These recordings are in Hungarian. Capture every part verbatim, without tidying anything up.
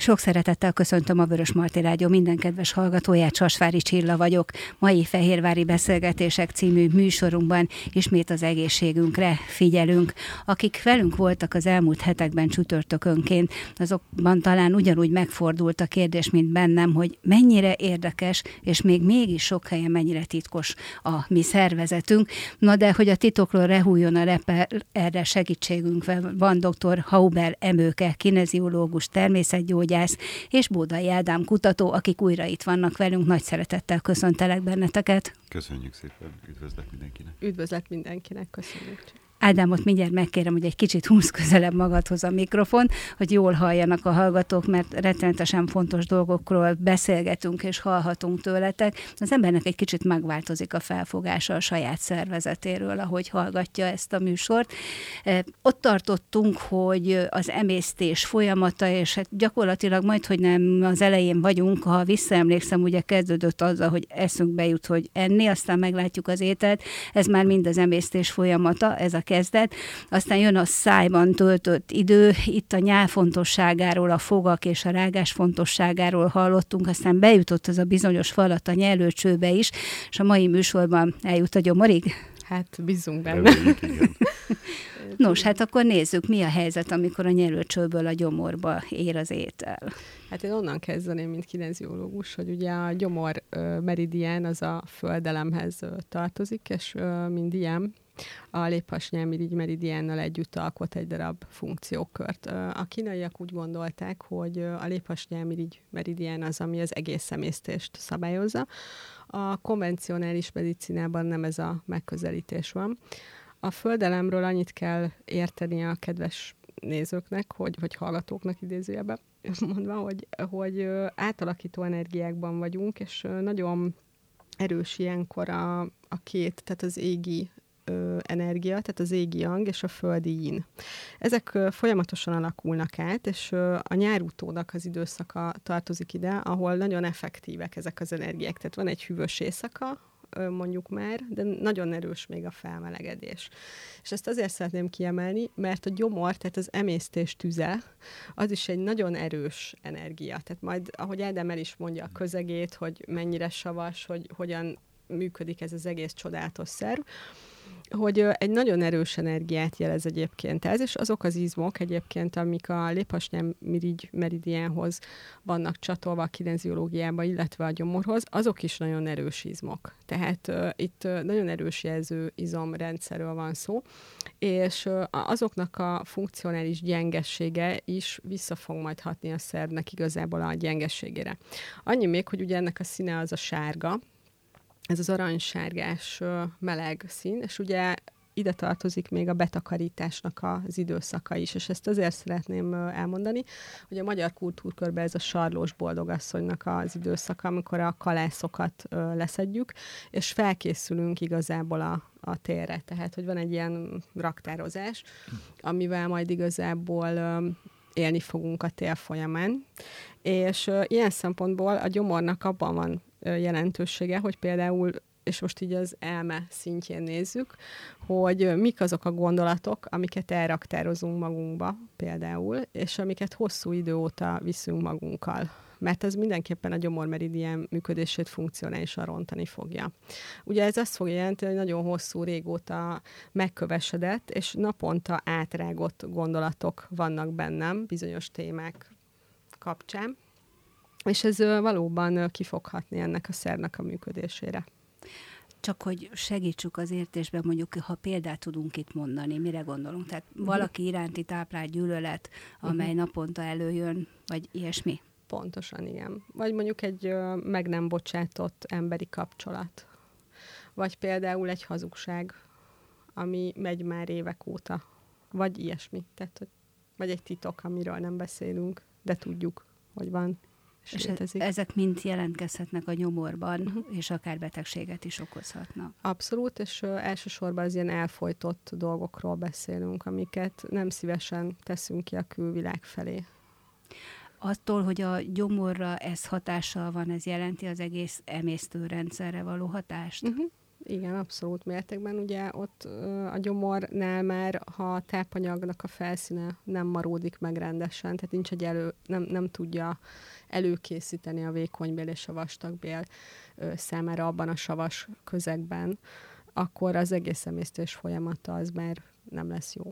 Sok szeretettel köszöntöm a Vörösmarty Rádió minden kedves hallgatóját, Sasvári Csilla vagyok. Mai Fehérvári Beszélgetések című műsorunkban ismét az egészségünkre figyelünk. Akik velünk voltak az elmúlt hetekben csütörtökönként, azokban talán ugyanúgy megfordult a kérdés, mint bennem, hogy mennyire érdekes, és még mégis sok helyen mennyire titkos a mi szervezetünk. Na de, hogy a titokról rehújjon a repe, erre segítségünk van dr. Hauber Emőke, kineziológus, természetgyógyász, és Bódai Ádám kutató, akik újra itt vannak velünk. Nagy szeretettel köszöntelek benneteket. Köszönjük szépen, üdvözlet mindenkinek. Üdvözlet mindenkinek, köszönjük. Ádámot mindjárt megkérem, hogy egy kicsit húzz közelebb magadhoz a mikrofon, hogy jól halljanak a hallgatók, mert rettenetesen fontos dolgokról beszélgetünk és hallhatunk tőletek. Az embernek egy kicsit megváltozik a felfogása a saját szervezetéről, ahogy hallgatja ezt a műsort. Ott tartottunk, hogy az emésztés folyamata, és hát gyakorlatilag majd, hogy nem az elején vagyunk, ha visszaemlékszem, ugye kezdődött azzal, hogy eszünkbe jut, hogy enni, aztán meglátjuk az ételt, ez már mind az emésztés folyamata, ez a kezdet, aztán jön a szájban töltött idő, itt a nyál fontosságáról, a fogak és a rágás fontosságáról hallottunk, aztán bejutott az a bizonyos falat a nyelőcsőbe is, és a mai műsorban eljut a gyomorig? Hát bízunk benne. Reméljük, igen. Nos, hát akkor nézzük, mi a helyzet, amikor a nyelőcsőből a gyomorba ér az étel. Hát én onnan kezdeném, mint kineziológus, hogy ugye a gyomor meridián az a földelemhez tartozik, és mind ilyen a léphasnyálmirigy meridiánnal együtt alkot egy darab funkciókört. A kínaiak úgy gondolták, hogy a léphasnyálmirigy meridián az, ami az egész emésztést szabályozza. A konvencionális medicinában nem ez a megközelítés van. A földelemről annyit kell érteni a kedves nézőknek, hogy, vagy hallgatóknak idézőjelben mondva, hogy, hogy átalakító energiákban vagyunk, és nagyon erős ilyenkor a, a két, tehát az égi ö, energia, tehát az égi yang és a földi yin. Ezek ö, folyamatosan alakulnak át, és ö, a nyárutónak az időszaka tartozik ide, ahol nagyon effektívek ezek az energiák. Tehát van egy hűvös éjszaka, mondjuk már, de nagyon erős még a felmelegedés. És ezt azért szeretném kiemelni, mert a gyomor, tehát az emésztés tüze, az is egy nagyon erős energia. Tehát majd, ahogy Ádám el is mondja a közegét, hogy mennyire savas, hogy hogyan működik ez az egész csodálatos szerv, hogy egy nagyon erős energiát jelez egyébként ez, és azok az izmok egyébként, amik a léphasnyálmirigy meridiánhoz vannak csatolva a kineziológiában, illetve a gyomorhoz, azok is nagyon erős izmok. Tehát uh, itt uh, nagyon erős jelző izomrendszerről van szó, és uh, azoknak a funkcionális gyengessége is vissza fog majd hatni a szervnek igazából a gyengességére. Annyi még, hogy ugye ennek a színe az a sárga, ez az aranysárgás meleg szín, és ugye ide tartozik még a betakarításnak az időszaka is, és ezt azért szeretném elmondani, hogy a magyar kultúrkörben ez a sarlós boldogasszonynak az időszaka, amikor a kalászokat leszedjük, és felkészülünk igazából a, a térre. Tehát, hogy van egy ilyen raktározás, amivel majd igazából élni fogunk a tél folyamán, és ilyen szempontból a gyomornak abban van jelentősége, hogy például, és most így az elme szintjén nézzük, hogy mik azok a gondolatok, amiket elraktározunk magunkba például, és amiket hosszú idő óta viszünk magunkkal. Mert ez mindenképpen a gyomormeridián működését funkcionálisan rontani fogja. Ugye ez azt fogja jelenteni, hogy nagyon hosszú, régóta megkövesedett, és naponta átrágott gondolatok vannak bennem bizonyos témák kapcsán, és ez valóban ki fog hatni ennek a szervnek a működésére. Csak hogy segítsük az értésben, mondjuk, ha példát tudunk itt mondani, mire gondolunk? Tehát valaki iránti táplált gyűlölet, amely uh-huh. naponta előjön, vagy ilyesmi? Pontosan, igen. Vagy mondjuk egy ö, meg nem bocsátott emberi kapcsolat. Vagy például egy hazugság, ami megy már évek óta. Vagy ilyesmi. Tehát, hogy, vagy egy titok, amiről nem beszélünk, de tudjuk, hogy van. És létezik. Ezek mind jelentkezhetnek a nyomorban, uh-huh. és akár betegséget is okozhatnak. Abszolút, és uh, elsősorban az ilyen elfojtott dolgokról beszélünk, amiket nem szívesen teszünk ki a külvilág felé. Attól, hogy a gyomorra ez hatással van, ez jelenti az egész emésztőrendszerre való hatást? Uh-huh. Igen, abszolút mértékben. Ugye ott a gyomornál már, ha a tápanyagnak a felszíne nem maródik meg rendesen, tehát nincs egy elő, nem, nem tudja előkészíteni a vékonybél és a vastagbél számára abban a savas közegben, akkor az egész emésztés folyamata az már nem lesz jó.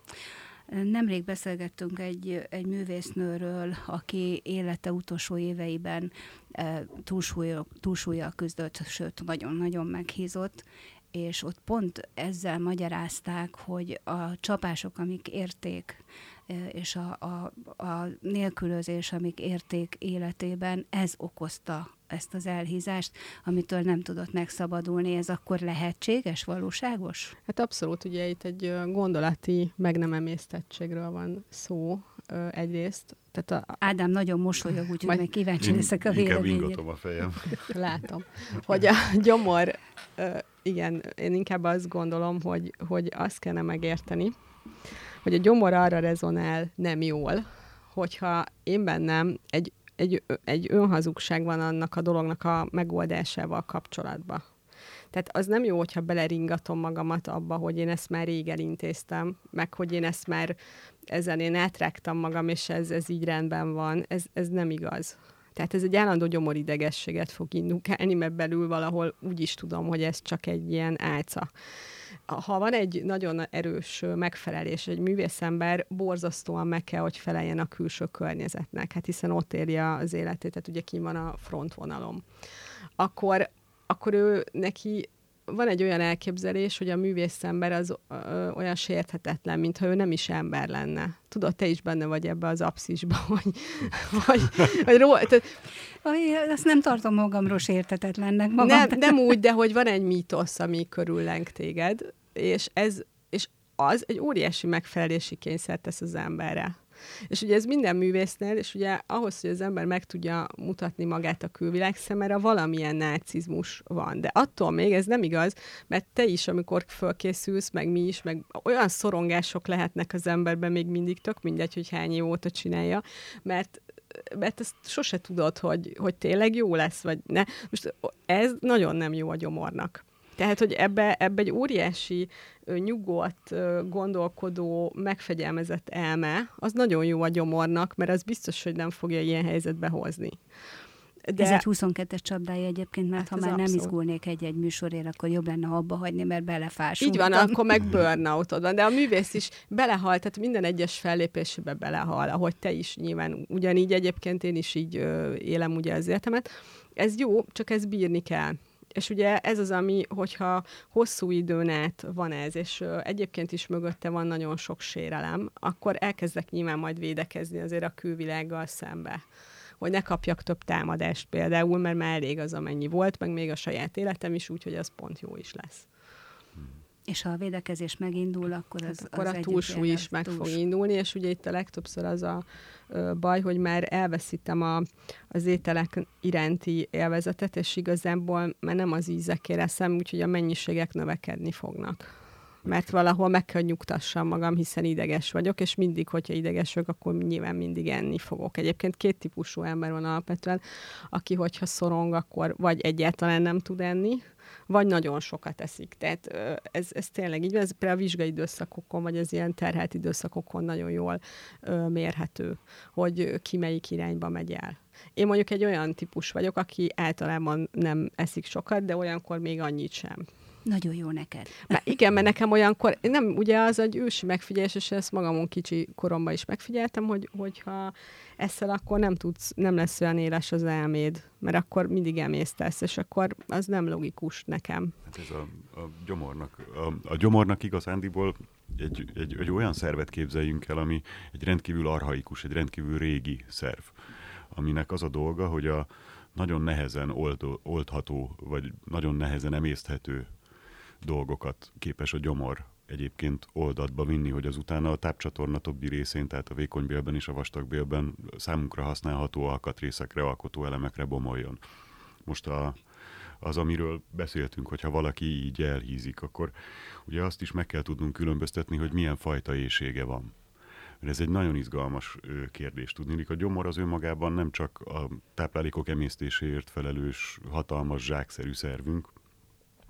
Nemrég beszélgettünk egy, egy művésznőről, aki élete utolsó éveiben e, túlsúllyal küzdött, sőt, nagyon-nagyon meghízott, és ott pont ezzel magyarázták, hogy a csapások, amik érték, és a, a, a nélkülözés, amik érték életében, ez okozta ezt az elhízást, amitől nem tudott megszabadulni. Ez akkor lehetséges, valóságos? Hát abszolút, ugye itt egy gondolati meg nem emésztettségről van szó egyrészt. Tehát a... Ádám nagyon mosolyog, úgyhogy majd... meg kíváncsi Én leszek a véleményére. Inkább ingatom a fejem. Látom. Hogy a gyomor, igen, én inkább azt gondolom, hogy, hogy azt kellene megérteni, hogy a gyomor arra rezonál nem jól, hogyha én bennem egy, egy, egy önhazugság van annak a dolognak a megoldásával kapcsolatban. Tehát az nem jó, hogyha beleringatom magamat abba, hogy én ezt már rég elintéztem, meg hogy én ezt már ezen én átrágtam magam, és ez, ez így rendben van. Ez, ez nem igaz. Tehát ez egy állandó gyomoridegességet fog indukálni, mert belül valahol úgy is tudom, hogy ez csak egy ilyen álca. Ha van egy nagyon erős megfelelés, egy művészember borzasztóan meg kell, hogy feleljen a külső környezetnek, hát hiszen ott éli az életét, tehát ugye ki van a frontvonalom. Akkor, akkor ő neki van egy olyan elképzelés, hogy a művészember az ö, olyan sérthetetlen, mintha ő nem is ember lenne. Tudod, te is benne vagy ebbe az apszisba, hogy... hogy, hogy ró, tehát, azt nem tartom magamról sérthetetlennek. Magam. Nem, nem úgy, de hogy van egy mítosz, ami körülleng téged, és, ez, és az egy óriási megfelelési kényszert tesz az emberre. És ugye ez minden művésznél, és ugye ahhoz, hogy az ember meg tudja mutatni magát a külvilág szemére, valamilyen narcizmus van. De attól még ez nem igaz, mert te is, amikor fölkészülsz, meg mi is, meg olyan szorongások lehetnek az emberben még mindig, tök mindegy, hogy hány év óta csinálja, mert mert ezt sose tudod, hogy, hogy tényleg jó lesz, vagy ne. Most ez nagyon nem jó a gyomornak. Tehát, hogy ebbe, ebbe egy óriási, nyugodt, gondolkodó, megfegyelmezett elme, az nagyon jó a gyomornak, mert az biztos, hogy nem fogja ilyen helyzetbe hozni. De... Ez egy huszonkettes csapdája egyébként, mert hát ha már abszolút. nem izgulnék egy-egy műsorért, akkor jobb lenne abba hagyni, mert belefásultam. Így van, akkor meg burnoutod van. De a művész is belehal, tehát minden egyes fellépésébe belehal, ahogy te is nyilván. Ugyanígy egyébként én is így ö, élem ugye az életemet. Ez jó, csak ezt bírni kell. És ugye ez az, ami, hogyha hosszú időn át van ez, és ö, egyébként is mögötte van nagyon sok sérelem, akkor elkezdek nyilván majd védekezni azért a külvilággal szembe. Hogy ne kapjak több támadást például, mert már elég az, amennyi volt, meg még a saját életem is, úgyhogy az pont jó is lesz. És ha a védekezés megindul, akkor az, hát akkor az a túlsúly is meg túls... fog indulni, és ugye itt a legtöbbször az a ö, baj, hogy már elveszítem a, az ételek iránti élvezetet, és igazából már nem az ízekért eszem, úgyhogy a mennyiségek növekedni fognak. Mert valahol meg kell nyugtassam magam, hiszen ideges vagyok, és mindig, hogyha ideges vagyok, akkor nyilván mindig enni fogok. Egyébként két típusú ember van alapvetően, aki, hogyha szorong, akkor vagy egyáltalán nem tud enni, vagy nagyon sokat eszik. Tehát ez, ez tényleg így van, ez például a vizsgai időszakokon, vagy az ilyen terhelt időszakokon nagyon jól ö, mérhető, hogy ki melyik irányba megy el. Én mondjuk egy olyan típus vagyok, aki általában nem eszik sokat, de olyankor még annyit sem. Nagyon jó neked. Már igen, mert nekem olyankor, nem, ugye az egy ősi megfigyelés, és ezt magamon kicsi koromban is megfigyeltem, hogy, hogyha eszel, akkor nem tudsz, nem lesz olyan éles az elméd, mert akkor mindig emésztesz, és akkor az nem logikus nekem. Hát ez a, a gyomornak, a, a gyomornak igazándiból egy, egy, egy olyan szervet képzeljünk el, ami egy rendkívül archaikus, egy rendkívül régi szerv, aminek az a dolga, hogy a nagyon nehezen old, oldható, vagy nagyon nehezen emészthető dolgokat képes a gyomor egyébként oldatba vinni, hogy azután a tápcsatorna többi részén, tehát a vékonybélben és a vastagbélben számunkra használható alkatrészekre, alkotó elemekre bomoljon. Most a, az, amiről beszéltünk, hogyha valaki így elhízik, akkor ugye azt is meg kell tudnunk különböztetni, hogy milyen fajta éhsége van. Ez egy nagyon izgalmas kérdés. Tudniillik, a gyomor az önmagában nem csak a táplálékok emésztéséért felelős hatalmas zsákszerű szervünk,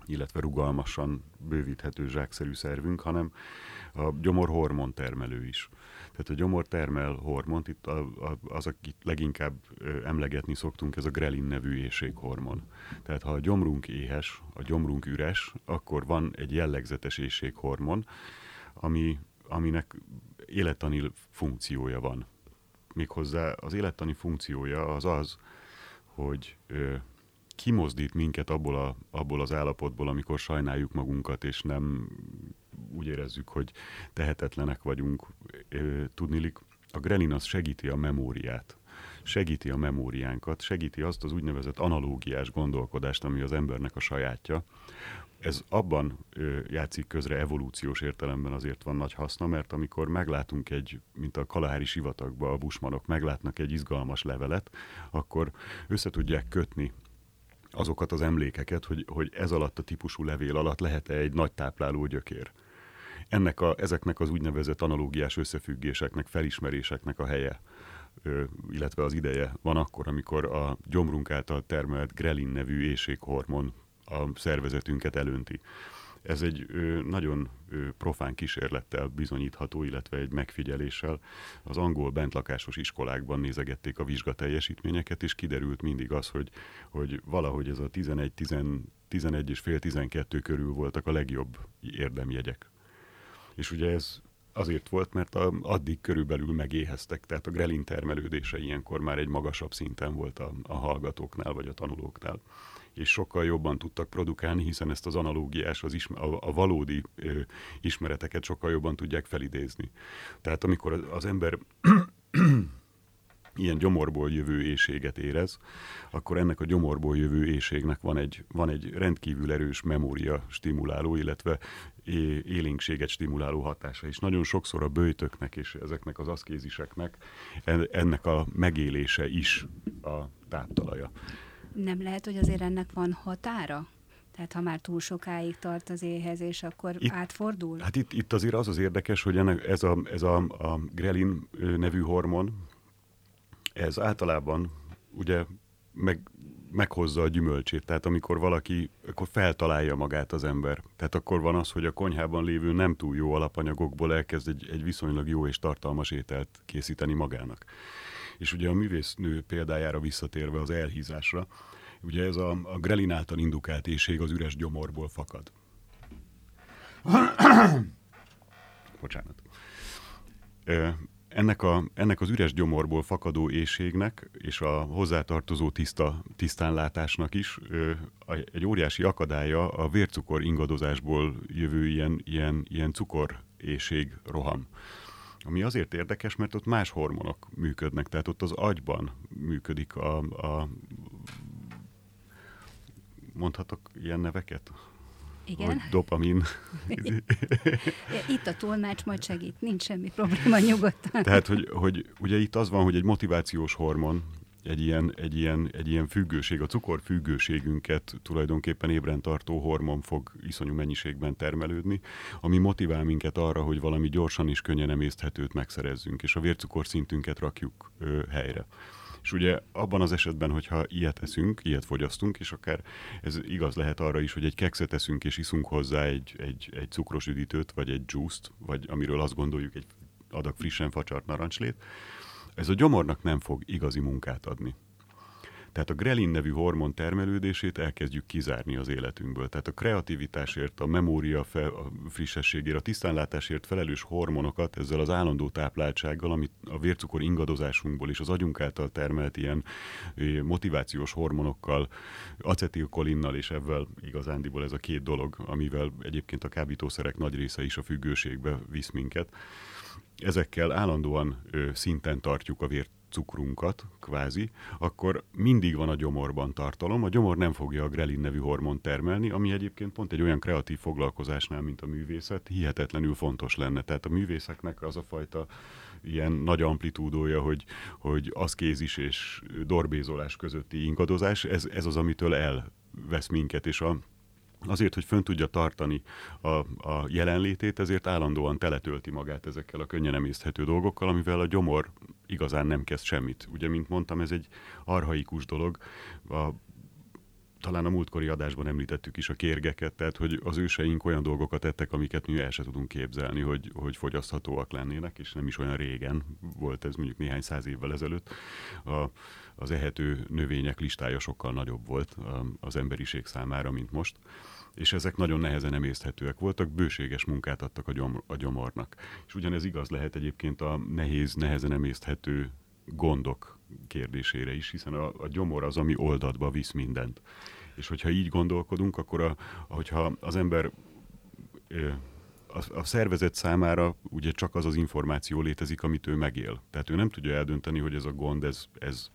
illetve rugalmasan bővíthető zsákszerű szervünk, hanem a gyomor hormontermelő is. Tehát a gyomor termel hormont, itt a, a, az, akit leginkább emlegetni szoktunk, ez a grelin nevű éhséghormon. Tehát ha a gyomrunk éhes, a gyomrunk üres, akkor van egy jellegzetes éhséghormon, ami, aminek élettani funkciója van. Méghozzá az élettani funkciója az az, hogy ö, kimozdít minket abból, a, abból az állapotból, amikor sajnáljuk magunkat, és nem úgy érezzük, hogy tehetetlenek vagyunk. Tudniillik, a grelin az segíti a memóriát, segíti a memóriánkat, segíti azt az úgynevezett analógiás gondolkodást, ami az embernek a sajátja. Ez abban ö, játszik közre evolúciós értelemben azért van nagy haszna, mert amikor meglátunk egy, mint a Kalahári sivatagban a busmanok meglátnak egy izgalmas levelet, akkor össze tudják kötni azokat az emlékeket, hogy, hogy ez alatt a típusú levél alatt lehet-e egy nagy tápláló gyökér. Ennek a, ezeknek az úgynevezett analógiás összefüggéseknek, felismeréseknek a helye, ö, illetve az ideje van akkor, amikor a gyomrunk által termelt grelin nevű éhséghormon a szervezetünket elönti. Ez egy ö, nagyon ö, profán kísérlettel bizonyítható, illetve egy megfigyeléssel. Az angol bentlakásos iskolákban nézegették a vizsgateljesítményeket, és kiderült mindig az, hogy, hogy valahogy ez a tizenegy, tizenegy és fél tizenkettő körül voltak a legjobb érdemjegyek. És ugye ez azért volt, mert a, addig körülbelül megéheztek, tehát a grelin termelődése ilyenkor már egy magasabb szinten volt a, a hallgatóknál vagy a tanulóknál. És sokkal jobban tudtak produkálni, hiszen ezt az analógiás, az ismer- a, a valódi ö, ismereteket sokkal jobban tudják felidézni. Tehát amikor az, az ember ilyen gyomorból jövő éhséget érez, akkor ennek a gyomorból jövő éhségnek van egy, van egy rendkívül erős memória stimuláló, illetve é- élénkséget stimuláló hatása. És nagyon sokszor a böjtöknek és ezeknek az aszkéziseknek ennek a megélése is a táptalaja. Nem lehet, hogy azért ennek van határa? Tehát ha már túl sokáig tart az éhezés, akkor itt, átfordul? Hát itt, itt azért az az érdekes, hogy ennek, ez, a, ez a, a grelin nevű hormon, ez általában ugye meg, meghozza a gyümölcsét. Tehát amikor valaki, akkor feltalálja magát az ember. Tehát akkor van az, hogy a konyhában lévő nem túl jó alapanyagokból elkezd egy, egy viszonylag jó és tartalmas ételt készíteni magának. És ugye a művésznő példájára visszatérve az elhízásra, ugye ez a, a grelin által indukált éhség az üres gyomorból fakad. Bocsánat. Ennek, a, ennek az üres gyomorból fakadó éhségnek és a hozzátartozó tiszta, tisztánlátásnak is egy óriási akadálya a vércukor ingadozásból jövő ilyen, ilyen, ilyen cukoréhség roham. Ami azért érdekes, mert ott más hormonok működnek, tehát ott az agyban működik a... a mondhatok ilyen neveket? Igen. Hogy dopamin. Itt a tolmács majd segít, nincs semmi probléma, nyugodtan. Tehát, hogy, hogy ugye itt az van, hogy egy motivációs hormon, egy ilyen, egy ilyen, egy ilyen függőség, a cukorfüggőségünket tulajdonképpen ébren tartó hormon fog iszonyú mennyiségben termelődni, ami motivál minket arra, hogy valami gyorsan és könnyen emészthetőt megszerezzünk, és a vércukorszintünket rakjuk ö, helyre. És ugye abban az esetben, hogyha ilyet eszünk, ilyet fogyasztunk, és akár ez igaz lehet arra is, hogy egy kekszet eszünk, és iszunk hozzá egy, egy, egy cukros üdítőt, vagy egy juice-t, vagy amiről azt gondoljuk, egy adag frissen facsart narancslét, ez a gyomornak nem fog igazi munkát adni. Tehát a grelin nevű hormon termelődését elkezdjük kizárni az életünkből. Tehát a kreativitásért, a memória fel, a frissességért, a tisztánlátásért felelős hormonokat ezzel az állandó tápláltsággal, amit a vércukor ingadozásunkból és az agyunk által termelt ilyen motivációs hormonokkal, acetilkolinnal és ebben igazándiból ez a két dolog, amivel egyébként a kábítószerek nagy része is a függőségbe visz minket. Ezekkel állandóan ö, szinten tartjuk a vércukrunkat, kvázi, akkor mindig van a gyomorban tartalom. A gyomor nem fogja a grelin nevű hormont termelni, ami egyébként pont egy olyan kreatív foglalkozásnál, mint a művészet, hihetetlenül fontos lenne. Tehát a művészeknek az a fajta ilyen nagy amplitúdója, hogy, hogy aszkézis és dorbézolás közötti ingadozás, ez, ez az, amitől elvesz minket, és a azért, hogy fönn tudja tartani a, a jelenlétét, ezért állandóan teletölti magát ezekkel a könnyen emészthető dolgokkal, amivel a gyomor igazán nem kezd semmit. Ugye, mint mondtam, ez egy archaikus dolog. A talán a múltkori adásban említettük is a kérgeket, tehát hogy az őseink olyan dolgokat ettek, amiket mi el se tudunk képzelni, hogy, hogy fogyaszthatóak lennének, és nem is olyan régen volt ez, mondjuk néhány száz évvel ezelőtt. A, az ehető növények listája sokkal nagyobb volt az emberiség számára, mint most, és ezek nagyon nehezen emészthetőek voltak, bőséges munkát adtak a, gyom, a gyomornak. És ugyanez igaz lehet egyébként a nehéz, nehezen emészthető gondok kérdésére is, hiszen a, a gyomor az, ami oldatba visz mindent. És hogyha így gondolkodunk, akkor a, hogyha az ember a, a szervezet számára ugye csak az az információ létezik, amit ő megél. Tehát ő nem tudja eldönteni, hogy ez a gond, ez, ez,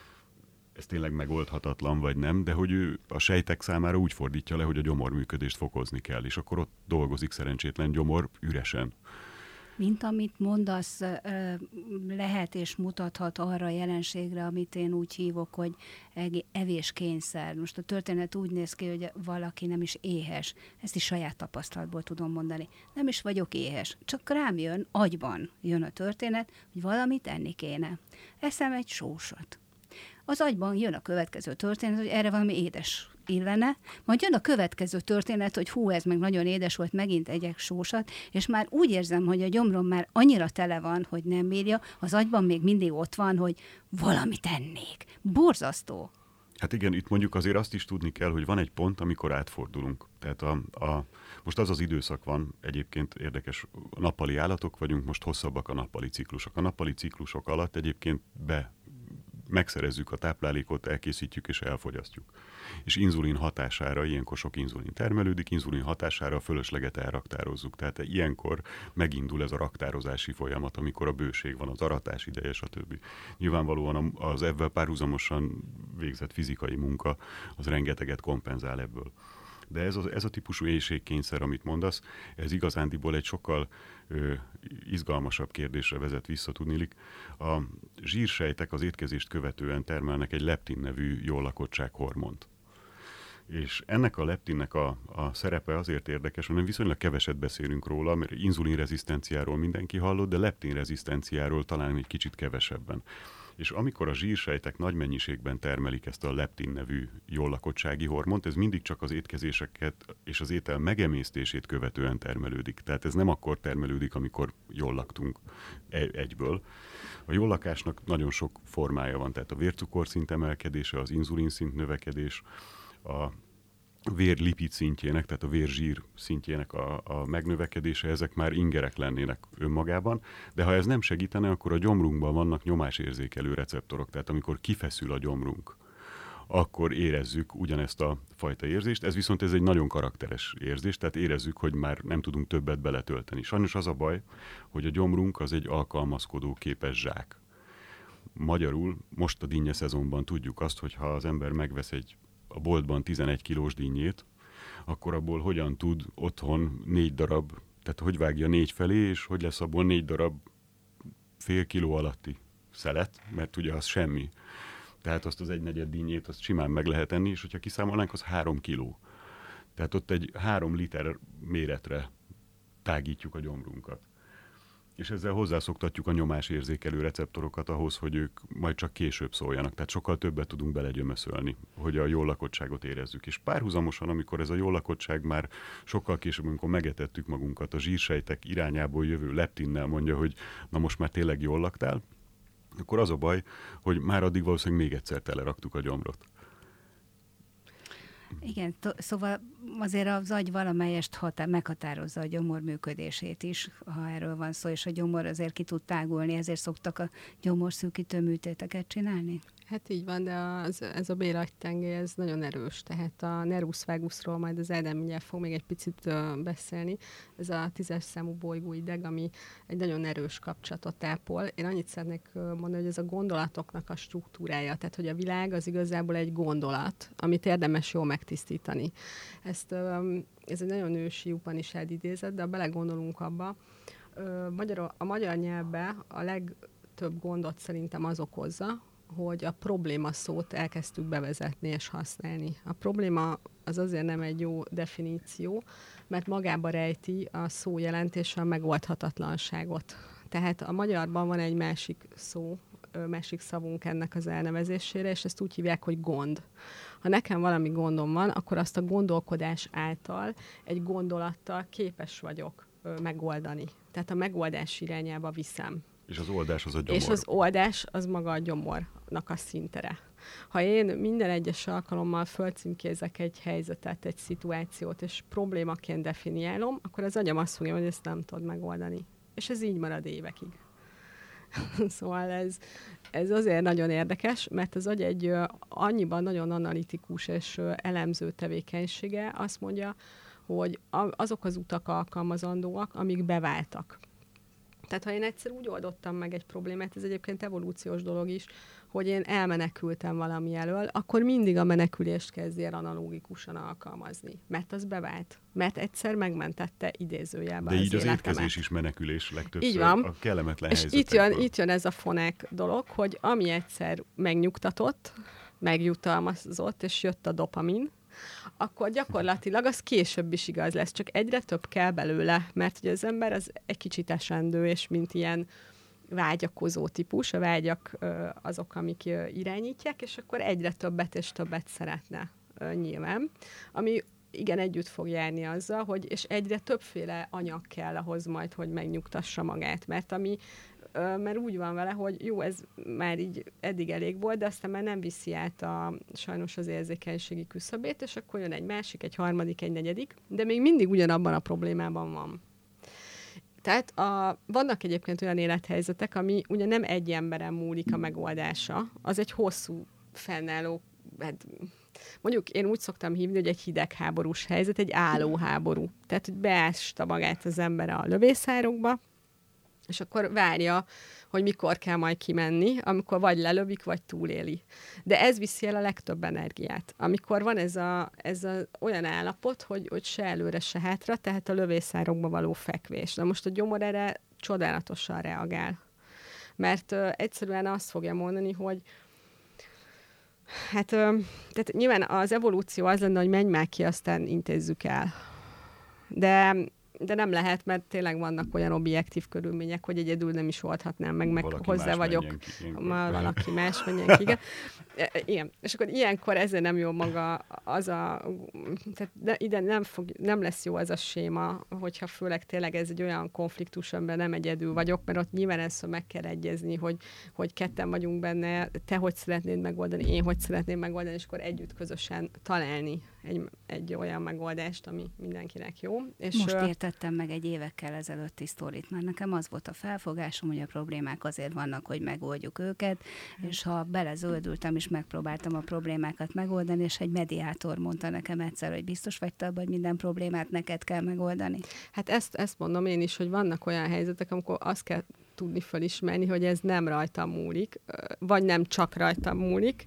ez tényleg megoldhatatlan, vagy nem, de hogy ő a sejtek számára úgy fordítja le, hogy a gyomorműködést fokozni kell, és akkor ott dolgozik szerencsétlen gyomor üresen. Mint amit mondasz, lehet és mutathat arra a jelenségre, amit én úgy hívok, hogy evéskényszer. Most a történet úgy néz ki, hogy valaki nem is éhes. Ezt is saját tapasztalatból tudom mondani. Nem is vagyok éhes. Csak rám jön, agyban jön a történet, hogy valamit enni kéne. Eszem egy sósat. Az agyban jön a következő történet, hogy erre valami édes illene, majd jön a következő történet, hogy hú, ez meg nagyon édes volt, megint egyek sósat, és már úgy érzem, hogy a gyomrom már annyira tele van, hogy nem bírja, az agyban még mindig ott van, hogy valamit ennék. Borzasztó. Hát igen, itt mondjuk azért azt is tudni kell, hogy van egy pont, amikor átfordulunk. Tehát a, a, most az az időszak van, egyébként érdekes, nappali állatok vagyunk, most hosszabbak a nappali ciklusok. A nappali ciklusok alatt egyébként be megszerezzük a táplálékot, elkészítjük és elfogyasztjuk. És inzulin hatására, ilyenkor sok inzulin termelődik, inzulin hatására a fölösleget elraktározzuk. Tehát ilyenkor megindul ez a raktározási folyamat, amikor a bőség van, az aratás ideje, stb. Nyilvánvalóan az ebben párhuzamosan végzett fizikai munka, az rengeteget kompenzál ebből. De ez a, ez a típusú éhségkényszer, amit mondasz, ez igazándiból egy sokkal ö, izgalmasabb kérdésre vezet vissza, tudnilik. A zsírsejtek az étkezést követően termelnek egy leptin nevű jól lakottság hormont. És ennek a leptinnek a, a szerepe azért érdekes, mert viszonylag keveset beszélünk róla, mert inzulinrezisztenciáról mindenki hallott, de leptinrezisztenciáról talán egy kicsit kevesebben. És amikor a zsírsejtek nagy mennyiségben termelik ezt a leptin nevű jól lakottsági hormont, ez mindig csak az étkezéseket és az étel megemésztését követően termelődik. Tehát ez nem akkor termelődik, amikor jól laktunk egyből. A jól lakásnak nagyon sok formája van, tehát a vércukorszint emelkedése, az inzulinszint növekedés, a vérlipid szintjének, tehát a vérzsír szintjének a, a megnövekedése, ezek már ingerek lennének önmagában, de ha ez nem segítene, akkor a gyomrunkban vannak nyomásérzékelő receptorok, tehát amikor kifeszül a gyomrunk, akkor érezzük ugyanezt a fajta érzést, ez viszont ez egy nagyon karakteres érzés, tehát érezzük, hogy már nem tudunk többet beletölteni. Sajnos az a baj, hogy a gyomrunk az egy alkalmazkodó képes zsák. Magyarul most a dinnye szezonban tudjuk azt, hogy ha az ember megvesz egy a boltban tizenegy kilós dinnyét, akkor abból hogyan tud otthon négy darab, tehát hogy vágja négy felé, és hogy lesz abból négy darab fél kiló alatti szelet, mert ugye az semmi. Tehát azt az egynegyed dinnyét azt simán meg lehet enni, és hogyha kiszámolnánk, az három kiló. Tehát ott egy három liter méretre tágítjuk a gyomrunkat. És ezzel hozzászoktatjuk a nyomásérzékelő receptorokat ahhoz, hogy ők majd csak később szóljanak. Tehát sokkal többet tudunk belegyömöszölni, hogy a jól lakottságot érezzük. És párhuzamosan, amikor ez a jól lakottság már sokkal később, amikor megetettük magunkat, a zsírsejtek irányából jövő leptinnel mondja, hogy na most már tényleg jól laktál, akkor az a baj, hogy már addig valószínűleg még egyszer teleraktuk a gyomrot. Igen, to- szóval azért az agy valamelyest hatá- meghatározza a gyomor működését is, ha erről van szó, és a gyomor azért ki tud tágulni, ezért szoktak a gyomorszűkítő műtéteket csinálni? Hát így van, de az, ez a béragytengely, ez nagyon erős, tehát a nervus vagusról majd az Ádám mindjárt fog még egy picit uh, beszélni, ez a tízes számú bolygóideg, ami egy nagyon erős kapcsolatot ápol. Én annyit szeretnék uh, mondani, hogy ez a gondolatoknak a struktúrája, tehát hogy a világ az igazából egy gondolat, amit érdemes jól megtisztítani. Ezt, um, ez egy nagyon ősi Upanishad idézet, de ha belegondolunk abba, uh, magyar, a magyar nyelvben a legtöbb gondot szerintem az okozza, hogy a probléma szót elkezdtük bevezetni és használni. A probléma az azért nem egy jó definíció, mert magába rejti a szó jelentése a megoldhatatlanságot. Tehát a magyarban van egy másik szó, másik szavunk ennek az elnevezésére, és ezt úgy hívják, hogy gond. Ha nekem valami gondom van, akkor azt a gondolkodás által, egy gondolattal képes vagyok megoldani. Tehát a megoldás irányába viszem. És az oldás az a gyomor. És az oldás az maga a gyomornak a szintere. Ha én minden egyes alkalommal fölcímkézek egy helyzetet, egy szituációt, és problémaként definiálom, akkor az agyam azt fogja, hogy ezt nem tudod megoldani. És ez így marad évekig. Szóval ez, ez azért nagyon érdekes, mert az agy egy annyiban nagyon analitikus és elemző tevékenysége, azt mondja, hogy azok az utak alkalmazandóak, amik beváltak. Tehát ha én egyszer úgy oldottam meg egy problémát, ez egyébként evolúciós dolog is, hogy én elmenekültem valami elől, akkor mindig a menekülést kezdjél analógikusan alkalmazni. Mert az bevált. Mert egyszer megmentette idézőjelben De az így az életemet. étkezés is menekülés legtöbbször. Így van. A kellemetlen és helyzetekből. itt jön, itt jön ez a fonek dolog, hogy ami egyszer megnyugtatott, megjutalmazott, és jött a dopamin, akkor gyakorlatilag az később is igaz lesz, csak egyre több kell belőle, mert ugye az ember az egy kicsit esendő, és mint ilyen vágyakozó típus, a vágyak azok, amik irányítják, és akkor egyre többet és többet szeretne nyilván, ami igen együtt fog járni azzal, hogy és egyre többféle anyag kell ahhoz majd, hogy megnyugtassa magát, mert ami mert úgy van vele, hogy jó, ez már így eddig elég volt, de aztán már nem viszi át a, sajnos az érzékenységi küszöbét, és akkor jön egy másik, egy harmadik, egy negyedik, de még mindig ugyanabban a problémában van. Tehát a, vannak egyébként olyan élethelyzetek, ami ugye nem egy emberen múlik a megoldása, az egy hosszú fennálló, hát mondjuk én úgy szoktam hívni, hogy egy hidegháborús helyzet, egy álló háború. Tehát, hogy beásta magát az ember a lövészárokba, és akkor várja, hogy mikor kell majd kimenni, amikor vagy lelövik, vagy túléli. De ez viszi el a legtöbb energiát. Amikor van ez, a, ez a, olyan állapot, hogy, hogy se előre, se hátra, tehát a lövészárokba való fekvés. Na most a gyomor erre csodálatosan reagál. Mert ö, egyszerűen azt fogja mondani, hogy hát, ö, tehát nyilván az evolúció az lenne, hogy menj már ki, aztán intézzük el. De de nem lehet, mert tényleg vannak olyan objektív körülmények, hogy egyedül nem is oldhatnám meg, meg valaki hozzá vagyok. Ki, Ma valaki más menjen ki, igen. igen. És akkor ilyenkor ezért nem jó maga az a... Tehát de ide nem, fog, nem lesz jó ez a séma, hogyha főleg tényleg ez egy olyan konfliktus, amiben nem egyedül vagyok, mert ott nyilván ezt meg kell egyezni, hogy, hogy ketten vagyunk benne, te hogy szeretnéd megoldani, én hogy szeretném megoldani, és akkor együtt közösen találni egy, egy olyan megoldást, ami mindenkinek jó. És most értettem meg egy évekkel ezelőtti sztorit, mert nekem az volt a felfogásom, hogy a problémák azért vannak, hogy megoldjuk őket, és ha belezöldültem, és megpróbáltam a problémákat megoldani, és egy mediátor mondta nekem egyszer, hogy biztos vagy te abban, hogy minden problémát neked kell megoldani. Hát ezt, ezt mondom én is, hogy vannak olyan helyzetek, amikor azt kell tudni felismerni, hogy ez nem rajtam múlik, vagy nem csak rajtam múlik,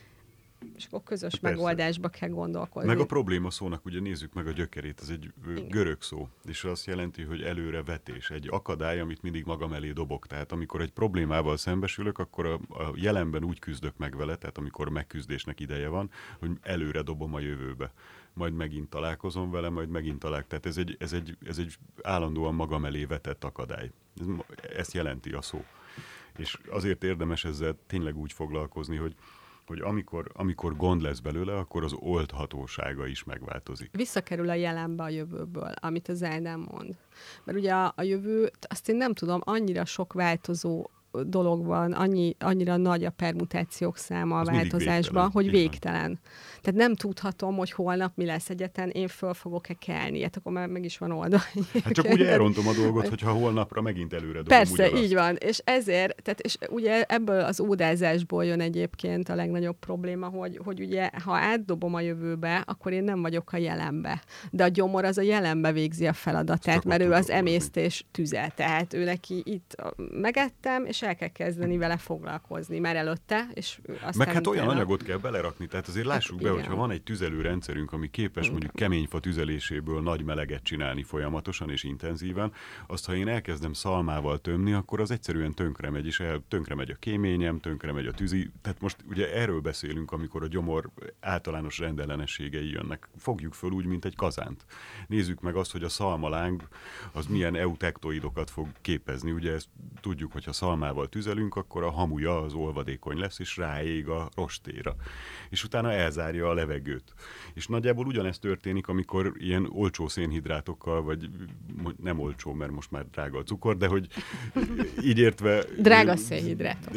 és akkor közös Persze. megoldásba kell gondolkozni. Meg a probléma szónak, ugye nézzük meg a gyökerét, ez egy Igen. görög szó, és azt jelenti, hogy előre vetés, egy akadály, amit mindig magam elé dobok. Tehát amikor egy problémával szembesülök, akkor a, a jelenben úgy küzdök meg vele, tehát amikor megküzdésnek ideje van, hogy előre dobom a jövőbe. Majd megint találkozom vele, majd megint találkozom. Tehát ez egy, ez, egy, ez egy állandóan magam elé vetett akadály. Ez, ezt jelenti a szó. És azért érdemes ezzel tényleg úgy foglalkozni, hogy hogy amikor, amikor gond lesz belőle, akkor az oldhatósága is megváltozik. Visszakerül a jelenbe a jövőből, amit az Ádám mond. Mert ugye a, a jövő, azt én nem tudom, annyira sok változó dolog van, annyi, annyira nagy a permutációk száma a változásban, hogy végtelen. Tehát nem tudhatom, hogy holnap mi lesz egyetlen, én föl fogok-e kelni. Hát akkor már meg is van oldal. Hát csak ugye elrontom a dolgot, hogyha holnapra megint előre dobom. Persze, ugyanazt. Így van. És ezért, tehát és ugye ebből az ódázásból jön egyébként a legnagyobb probléma, hogy, hogy ugye, ha átdobom a jövőbe, akkor én nem vagyok a jelenbe. De a gyomor az a jelenbe végzi a feladatát, mert ő az emésztés tüze. Tehát ő neki itt megettem, és el kell kezdeni vele foglalkozni, mert előtte, és aztán... Meg hát olyan utána... anyagot kell belerakni, tehát azért lássuk be, hogyha van egy tüzelőrendszerünk, ami képes mondjuk keményfa tüzeléséből nagy meleget csinálni folyamatosan és intenzíven, azt ha én elkezdem szalmával tömni, akkor az egyszerűen tönkre megy, és el, tönkre megy a kéményem, tönkre megy a tűzi. Tehát most ugye erről beszélünk, amikor a gyomor általános rendellenességei jönnek. Fogjuk föl úgy, mint egy kazánt. Nézzük meg azt, hogy a szalmaláng az milyen eutektoidokat fog képezni. Ugye ezt tudjuk, hogyha szalmával gumával tüzelünk, akkor a hamuja az olvadékony lesz, és ráég a rostéra. És utána elzárja a levegőt. És nagyjából ugyanezt történik, amikor ilyen olcsó szénhidrátokkal, vagy nem olcsó, mert most már drága a cukor, de hogy így értve... Drága szénhidrátokkal.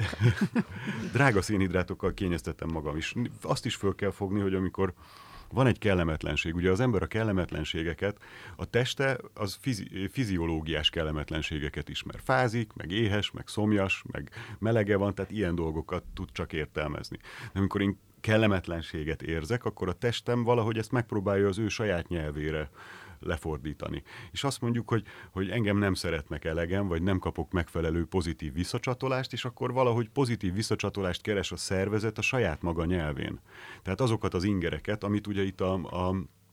Drága szénhidrátokkal kényeztettem magam is. Azt is föl kell fogni, hogy amikor van egy kellemetlenség. Ugye az ember a kellemetlenségeket, a teste az fizi- fiziológiás kellemetlenségeket ismer. Fázik, meg éhes, meg szomjas, meg melege van, tehát ilyen dolgokat tud csak értelmezni. De amikor én kellemetlenséget érzek, akkor a testem valahogy ezt megpróbálja az ő saját nyelvére lefordítani. És azt mondjuk, hogy, hogy engem nem szeretnek elegem, vagy nem kapok megfelelő pozitív visszacsatolást, és akkor valahogy pozitív visszacsatolást keres a szervezet a saját maga nyelvén. Tehát azokat az ingereket, amit ugye itt a, a,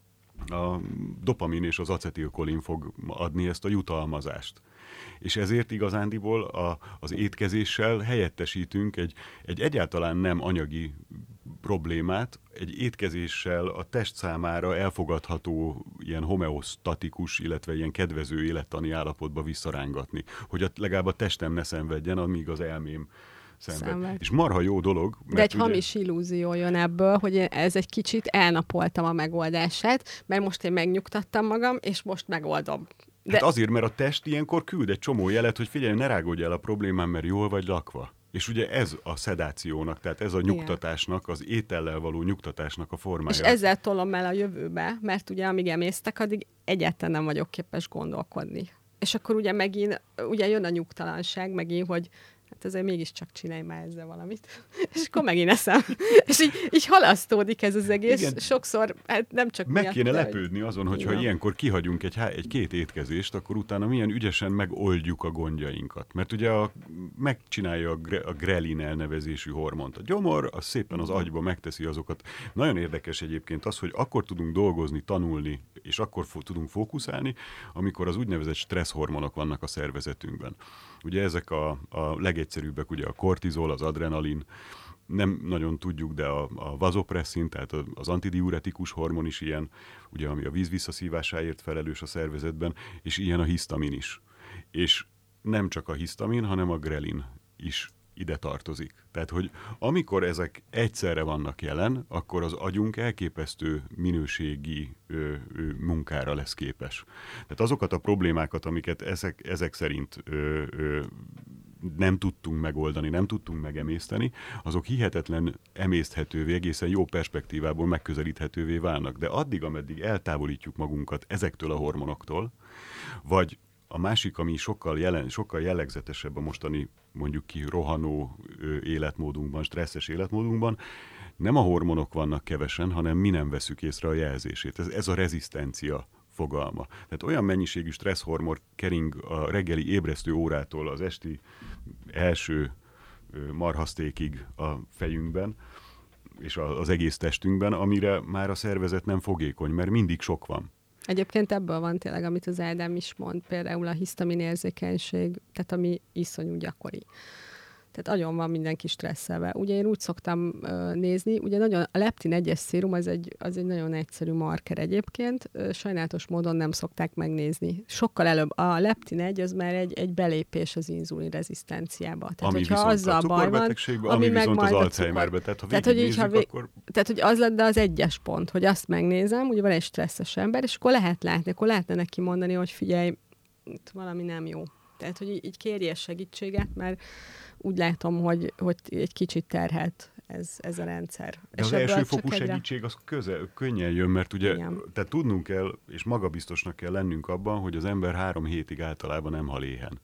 a dopamin és az acetilkolin fog adni, ezt a jutalmazást. És ezért igazándiból a, az étkezéssel helyettesítünk egy, egy egyáltalán nem anyagi problémát, egy étkezéssel a test számára elfogadható ilyen homeosztatikus, illetve ilyen kedvező élettani állapotba visszarángatni, hogy legalább a testem ne szenvedjen, amíg az elmém szenved. Szenved. És marha jó dolog. De egy ugye... hamis illúzió jön ebből, hogy ez egy kicsit elnapoltam a megoldását, mert most én megnyugtattam magam, és most megoldom. De... Hát azért, mert a test ilyenkor küld egy csomó jelet, hogy figyelj, ne rágódj el a problémám, mert jól vagy lakva. És ugye ez a szedációnak, tehát ez a nyugtatásnak, az étellel való nyugtatásnak a formája. És ezzel tolom el a jövőbe, mert ugye amíg emésztek, addig egyáltalán nem vagyok képes gondolkodni. És akkor ugye megint, ugye jön a nyugtalanság megint, hogy hát azért mégiscsak csinálj már ezzel valamit. És akkor megint eszem. És így, így halasztódik ez az egész. Igen. Sokszor, hát nem csak meg miatt, kéne de, lepődni azon, hogyha igen. ilyenkor kihagyunk egy, egy két étkezést, akkor utána milyen ügyesen megoldjuk a gondjainkat. Mert ugye a, megcsinálja a, gre, a grelin elnevezésű hormont. A gyomor, az szépen az agyba megteszi azokat. Nagyon érdekes egyébként az, hogy akkor tudunk dolgozni, tanulni, és akkor fo- tudunk fókuszálni, amikor az úgynevezett stresszhormonok vannak a szervezetünkben. Ugye ezek a, a legegyszerűbbek, ugye a kortizol, az adrenalin, nem nagyon tudjuk, de a, a vazopresszin, tehát az antidiuretikus hormon is ilyen, ugye ami a víz visszaszívásáért felelős a szervezetben, és ilyen a hisztamin is. És nem csak a hisztamin, hanem a grelin is ide tartozik. Tehát, hogy amikor ezek egyszerre vannak jelen, akkor az agyunk elképesztő minőségi ö, ö, munkára lesz képes. Tehát azokat a problémákat, amiket ezek, ezek szerint ö, ö, nem tudtunk megoldani, nem tudtunk megemészteni, azok hihetetlen emészthetővé, egészen jó perspektívából megközelíthetővé válnak. De addig, ameddig eltávolítjuk magunkat ezektől a hormonoktól, vagy a másik, ami sokkal, jelen, sokkal jellegzetesebb a mostani, mondjuk ki, rohanó ö, életmódunkban, stresszes életmódunkban, nem a hormonok vannak kevesen, hanem mi nem veszük észre a jelzését. Ez, ez a rezisztencia fogalma. Tehát olyan mennyiségű stresszhormon kering a reggeli ébresztő órától az esti első ö, marhasztékig a fejünkben, és a, az egész testünkben, amire már a szervezet nem fogékony, mert mindig sok van. Egyébként ebből van tényleg, amit az Ádám is mond, például a hisztamin érzékenység, tehát ami iszonyú gyakori. Tehát nagyon van mindenki stresszelve. Ugye én úgy szoktam uh, nézni, ugye nagyon, a leptin egyes szérum az egy, az egy nagyon egyszerű marker egyébként, uh, sajnálatos módon nem szokták megnézni. Sokkal előbb a leptin egy az már egy, egy belépés az inzulin rezisztenciába. Tehát, ami hogyha azzal a baj van, ami, ami meg viszont majd az Alzheimerbe. Tehát, ha tehát, hogy így, ha vé... akkor... tehát, hogy az lenne az egyes pont, hogy azt megnézem, ugye van egy stresszes ember, és akkor lehet látni, akkor lehetne neki mondani, hogy figyelj, itt valami nem jó. Tehát, hogy így, így kérje segítséget, mert úgy látom, hogy, hogy egy kicsit terhelt ez, ez a rendszer. De és az elsőfokú segítség egyre... az közel, könnyen jön, mert ugye tehát tudnunk kell, és magabiztosnak kell lennünk abban, hogy az ember három hétig általában nem hal éhen.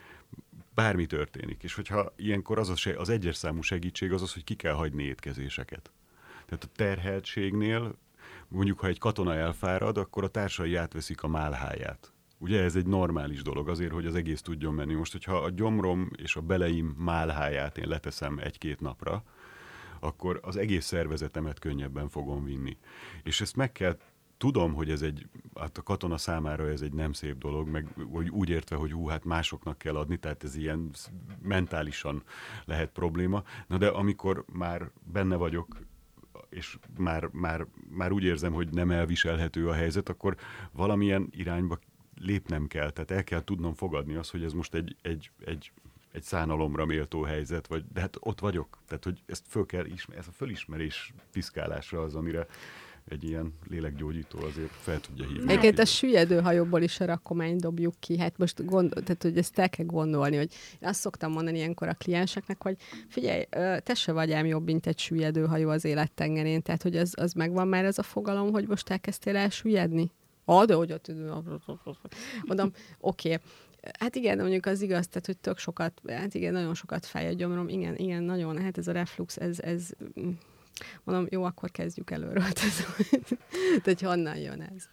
Bármi történik. És hogyha ilyenkor az, az, az egyes számú segítség az az, hogy ki kell hagyni étkezéseket. Tehát a terheltségnél, mondjuk ha egy katona elfárad, akkor a társai átveszik a málháját. Ugye ez egy normális dolog azért, hogy az egész tudjon menni. Most, hogyha a gyomrom és a beleim málháját én leteszem egy-két napra, akkor az egész szervezetemet könnyebben fogom vinni. És ezt meg kell, tudom, hogy ez egy, hát a katona számára ez egy nem szép dolog, meg úgy értve, hogy hú, hát másoknak kell adni, tehát ez ilyen mentálisan lehet probléma. Na de amikor már benne vagyok, és már, már, már úgy érzem, hogy nem elviselhető a helyzet, akkor valamilyen irányba lépnem kell, tehát el kell tudnom fogadni azt, hogy ez most egy, egy, egy egy szánalomra méltó helyzet, vagy, de hát ott vagyok. Tehát, hogy ezt föl kell ismer, ez a fölismerés piszkálásra az, amire egy ilyen lélekgyógyító azért fel tudja hívni. Egyébként a süllyedő hajóból is a rakományt dobjuk ki. Hát most gondol, tehát, hogy ezt el kell gondolni, hogy én azt szoktam mondani ilyenkor a klienseknek, hogy figyelj, te se vagy ám jobb, mint egy süllyedő hajó az élettengerén. Tehát, hogy az, az megvan már ez a fogalom, hogy most elkezdtél el süllyedni? Ah, de hogy ott... Mondom, oké. Okay. Hát igen, mondjuk az igaz, tehát, hogy tök sokat, hát igen, nagyon sokat fáj a gyomrom, igen, igen, nagyon, hát ez a reflux, ez, ez mondom, jó, akkor kezdjük előről. Tehát, hogy honnan jön ez?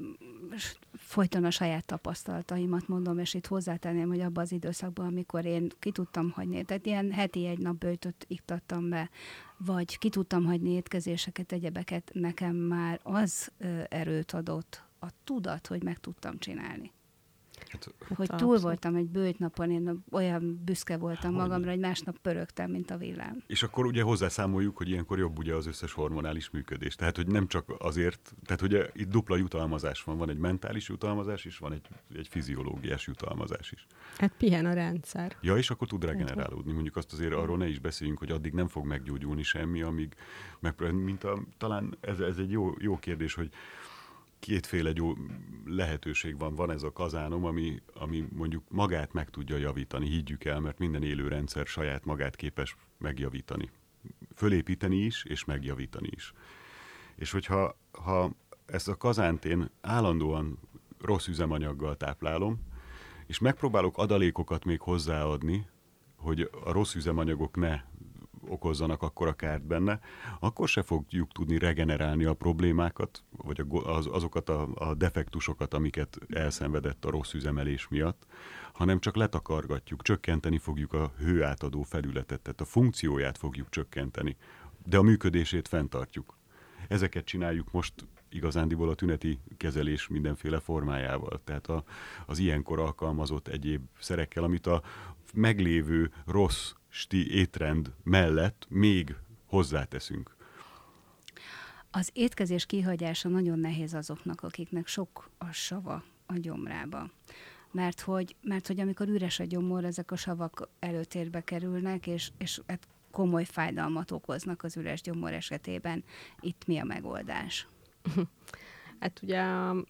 Folyton a saját tapasztalataimat mondom, és itt hozzátenném, hogy abban az időszakban, amikor én ki tudtam hagyni, tehát ilyen heti egy nap böjtöt iktattam be, vagy ki tudtam hagyni étkezéseket, egyebeket, nekem már az ö, erőt adott, a tudat, hogy meg tudtam csinálni. Hát, hogy túl voltam egy bőjtnapon, én olyan büszke voltam hogy magamra, hogy másnap pörögtem, mint a villám. És akkor ugye hozzászámoljuk, hogy ilyenkor jobb ugye az összes hormonális működés. Tehát, hogy nem csak azért, tehát ugye itt dupla jutalmazás van, van egy mentális jutalmazás is, van egy, egy fiziológiás jutalmazás is. Hát pihen a rendszer. Ja, és akkor tud regenerálódni. Mondjuk azt azért arról ne is beszéljünk, hogy addig nem fog meggyógyulni semmi, amíg, meg, mint a, talán ez, ez egy jó, jó kérdés, hogy kétféle jó lehetőség van. Van ez a kazánom, ami, ami mondjuk magát meg tudja javítani, higgyük el, mert minden élő rendszer saját magát képes megjavítani. Fölépíteni is, és megjavítani is. És hogyha ha ezt a kazánt én állandóan rossz üzemanyaggal táplálom, és megpróbálok adalékokat még hozzáadni, hogy a rossz üzemanyagok ne okozzanak akkora kárt benne, akkor se fogjuk tudni regenerálni a problémákat, vagy az, azokat a, a defektusokat, amiket elszenvedett a rossz üzemelés miatt, hanem csak letakargatjuk, csökkenteni fogjuk a hőátadó felületet, tehát a funkcióját fogjuk csökkenteni, de a működését fenntartjuk. Ezeket csináljuk most igazándiból a tüneti kezelés mindenféle formájával, tehát a, az ilyenkor alkalmazott egyéb szerekkel, amit a meglévő rossz sti étrend mellett még hozzáteszünk. Az étkezés kihagyása nagyon nehéz azoknak, akiknek sok a sava a gyomrába. Mert hogy, mert hogy amikor üres a gyomor, ezek a savak előtérbe kerülnek, és, és hát komoly fájdalmat okoznak az üres gyomor esetében. Itt mi a megoldás? Hát ugye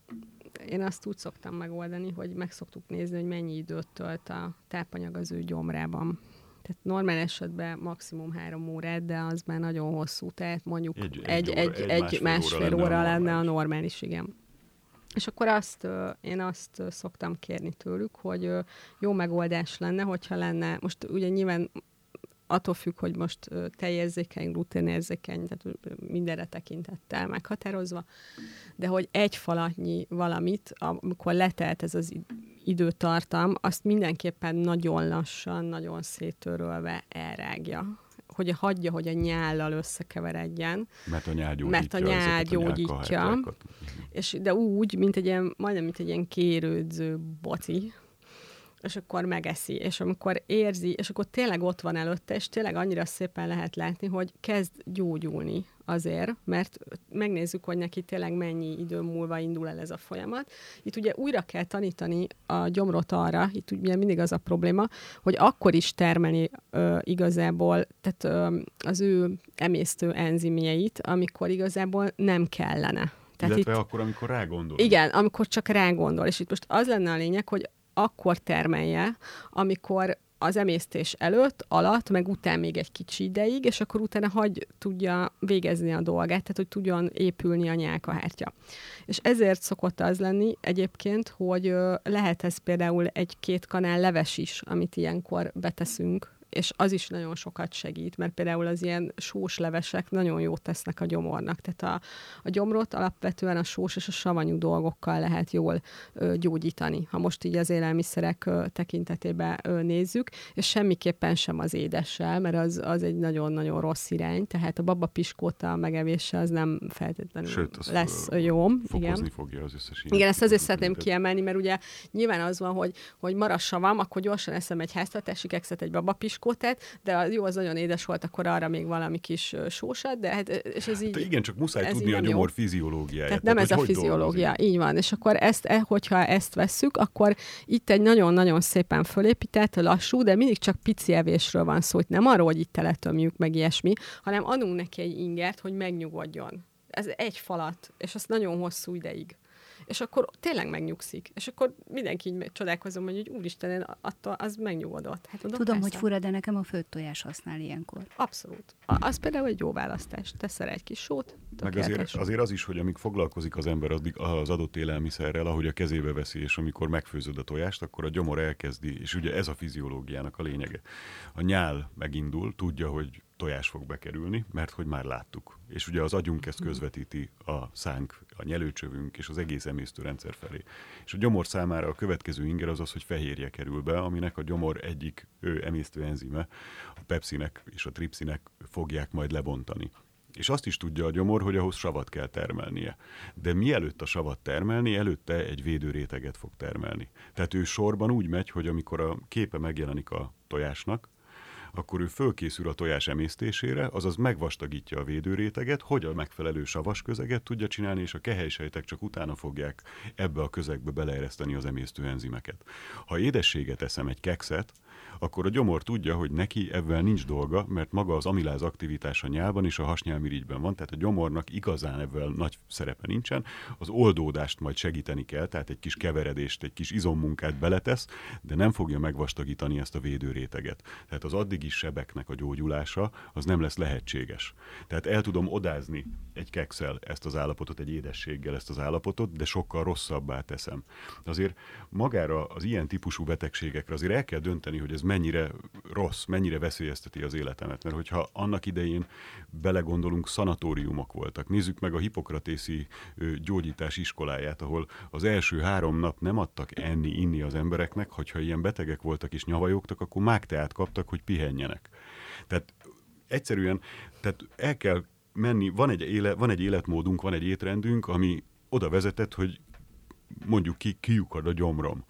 én azt úgy szoktam megoldani, hogy meg szoktuk nézni, hogy mennyi időt tölt a tápanyag az ő gyomrában. Tehát normál esetben maximum három órát, de az már nagyon hosszú, tehát mondjuk egy, egy, egy, egy, egy, egy másfél, másfél óra, óra lenne a normális, igen. És akkor azt, én azt szoktam kérni tőlük, hogy jó megoldás lenne, hogyha lenne, most ugye nyilván attól függ, hogy most tejérzékeny, gluténérzékeny, tehát mindenre tekintettel meghatározva, de hogy egy falatnyi valamit, amikor letelt ez az időtartam, azt mindenképpen nagyon lassan, nagyon széttörölve elrágja. Hogy hagyja, hogy a nyállal összekeveredjen. Mert a nyál gyógyítja. Mert a nyál gyógyítja. És, de úgy, mint egy ilyen, majdnem, mint egy ilyen kérődző boci, és akkor megeszi, és amikor érzi, és akkor tényleg ott van előtte, és tényleg annyira szépen lehet látni, hogy kezd gyógyulni azért, mert megnézzük, hogy neki tényleg mennyi idő múlva indul el ez a folyamat. Itt ugye újra kell tanítani a gyomrot arra, itt ugye mindig az a probléma, hogy akkor is termeli ö, igazából tehát ö, az ő emésztő enzimjeit, amikor igazából nem kellene. Tehát illetve itt, akkor, amikor rágondol. Igen, amikor csak rágondol. És itt most az lenne a lényeg, hogy akkor termelje, amikor az emésztés előtt, alatt, meg után még egy kicsi ideig, és akkor utána hagy tudja végezni a dolgát, tehát hogy tudjon épülni a nyálkahártya. És ezért szokott az lenni egyébként, hogy lehet ez például egy-két kanál leves is, amit ilyenkor beteszünk, és az is nagyon sokat segít, mert például az ilyen sós levesek nagyon jót tesznek a gyomornak. Tehát a, a gyomrot alapvetően a sós és a savanyú dolgokkal lehet jól ö, gyógyítani, ha most így az élelmiszerek ö, tekintetében ö, nézzük, és semmiképpen sem az édessel, mert az, az egy nagyon-nagyon rossz irány, tehát a babapiskóta megevése az nem feltétlenül Sőt, lesz jó. Fokozni igen. fogja az összes ilyen. Igen, ezt azért szeretném kiemelni, mert ugye nyilván az van, hogy, hogy maradt savam, akkor gyorsan eszem egy háztartási kekszet, egy babapiskót, kotet, de jó, az nagyon édes volt, akkor arra még valami kis sósat, de hát, és ez így... Hát igen, csak muszáj tudni a gyomor fiziológiáját. Tehát nem tehát, ez a fiziológia, dolgozik. Így van. És akkor ezt, hogyha ezt vesszük, akkor itt egy nagyon-nagyon szépen fölépített, lassú, de mindig csak pici evésről van szó. Itt nem arról, hogy itt teletömjük, meg ilyesmi, hanem adunk neki egy ingert, hogy megnyugodjon. Ez egy falat, és az nagyon hosszú ideig. És akkor tényleg megnyugszik. És akkor mindenki így csodálkozom, hogy, hogy úristen, attól az megnyugodott. Hát Tudom, persze. Hogy fura, de nekem a főtt tojás használ ilyenkor. Abszolút. Az például egy jó választás. Teszel egy kis sót. Meg azért, azért az is, hogy amíg foglalkozik az ember az adott élelmiszerrel, ahogy a kezébe veszi, és amikor megfőzöd a tojást, akkor a gyomor elkezdi, és ugye ez a fiziológiának a lényege. A nyál megindul, tudja, hogy tojás fog bekerülni, mert hogy már láttuk. És ugye az agyunk ezt közvetíti a szánk, a nyelőcsövünk és az egész emésztőrendszer felé. És a gyomor számára a következő inger az az, hogy fehérje kerül be, aminek a gyomor egyik ő, emésztőenzime, a pepsinek és a tripsinek fogják majd lebontani. És azt is tudja a gyomor, hogy ahhoz savat kell termelnie. De mielőtt a savat termelni, előtte egy védőréteget fog termelni. Tehát ő sorban úgy megy, hogy amikor a képe megjelenik a tojásnak, akkor ő fölkészül a tojás emésztésére, azaz megvastagítja a védőréteget, hogy a megfelelő savas közeget tudja csinálni, és a kehely-sejtek csak utána fogják ebbe a közegbe beleereszteni az emésztőenzimeket. Ha édességet eszem, egy kekszet, akkor a gyomor tudja, hogy neki ebben nincs dolga, mert maga az amiláz aktivitás a nyálban és a hasnyálmirigyben van, tehát a gyomornak igazán ebben nagy szerepe nincsen, az oldódást majd segíteni kell, tehát egy kis keveredést, egy kis izommunkát beletesz, de nem fogja megvastagítani ezt a védőréteget. Tehát az addigi sebeknek a gyógyulása az nem lesz lehetséges. Tehát el tudom odázni egy kekszel ezt az állapotot, egy édességgel ezt az állapotot, de sokkal rosszabbá teszem. Azért magára az ilyen típusú betegségekre azért el kell dönteni, hogy ez mennyire rossz, mennyire veszélyezteti az életemet. Mert hogyha annak idején belegondolunk, szanatóriumok voltak. Nézzük meg a hipokratészi gyógyítás iskoláját, ahol az első három nap nem adtak enni, inni az embereknek, hogyha ilyen betegek voltak és nyavajogtak, akkor mágteát kaptak, hogy pihenjenek. Tehát egyszerűen tehát el kell menni, van egy, éle, van egy életmódunk, van egy étrendünk, ami oda vezetett, hogy mondjuk ki, kiukad a gyomrom.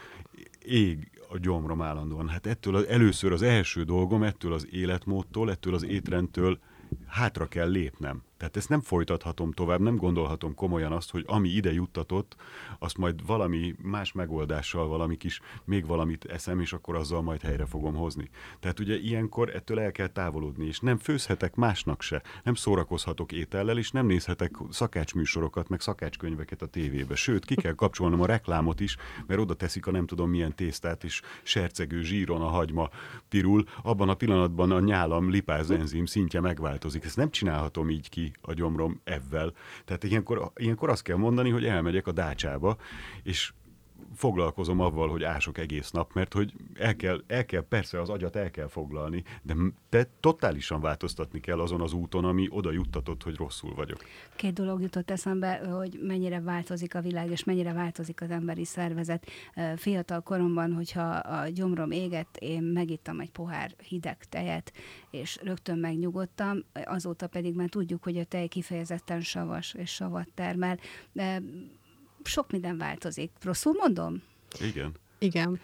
Ég a gyomrom állandóan. Hát ettől az, először az első dolgom, ettől az életmódtól, ettől az étrendtől hátra kell lépnem. Tehát ezt nem folytathatom tovább, nem gondolhatom komolyan azt, hogy ami ide juttatott, azt majd valami más megoldással, valami kis, még valamit eszem, és akkor azzal majd helyre fogom hozni. Tehát ugye ilyenkor ettől el kell távolodni, és nem főzhetek másnak se, nem szórakozhatok étellel, és nem nézhetek szakácsműsorokat, meg szakácskönyveket a tévébe. Sőt, ki kell kapcsolnom a reklámot is, mert oda teszik a nem tudom milyen tésztát, és sercegő zsíron a hagyma pirul, abban a pillanatban a nyálam lipáz enzim szintje megváltozik. Ezt nem csinálhatom így ki a gyomrom ebben. Tehát ilyenkor, ilyenkor azt kell mondani, hogy elmegyek a dácsába, és foglalkozom avval, hogy ások egész nap, mert hogy el kell, el kell, persze az agyat el kell foglalni, de te totálisan változtatni kell azon az úton, ami oda juttatott, hogy rosszul vagyok. Két dolog jutott eszembe, hogy mennyire változik a világ, és mennyire változik az emberi szervezet. Fiatal koromban, hogyha a gyomrom égett, én megittam egy pohár hideg tejet, és rögtön megnyugodtam, azóta pedig már tudjuk, hogy a tej kifejezetten savas és savat termel. De sok minden változik. Rosszul mondom? Igen. Igen.